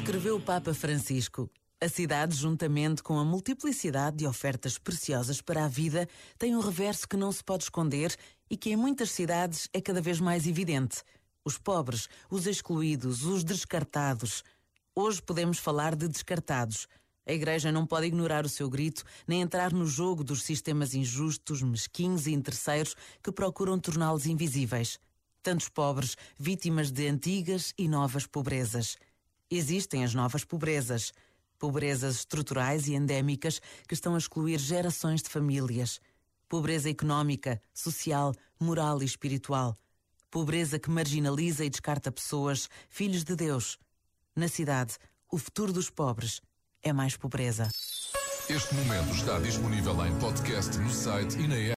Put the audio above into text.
Escreveu o Papa Francisco: a cidade, juntamente com a multiplicidade de ofertas preciosas para a vida, tem um reverso que não se pode esconder e que em muitas cidades é cada vez mais evidente: os pobres, os excluídos, os descartados. Hoje podemos falar de descartados. A Igreja não pode ignorar o seu grito, nem entrar no jogo dos sistemas injustos, mesquinhos e interesseiros que procuram torná-los invisíveis. Tantos pobres, vítimas de antigas e novas pobrezas. Existem as novas pobrezas. Pobrezas estruturais e endémicas que estão a excluir gerações de famílias. Pobreza económica, social, moral e espiritual. Pobreza que marginaliza e descarta pessoas, filhos de Deus. Na cidade, o futuro dos pobres é mais pobreza. Este momento está disponível em podcast no site e na app.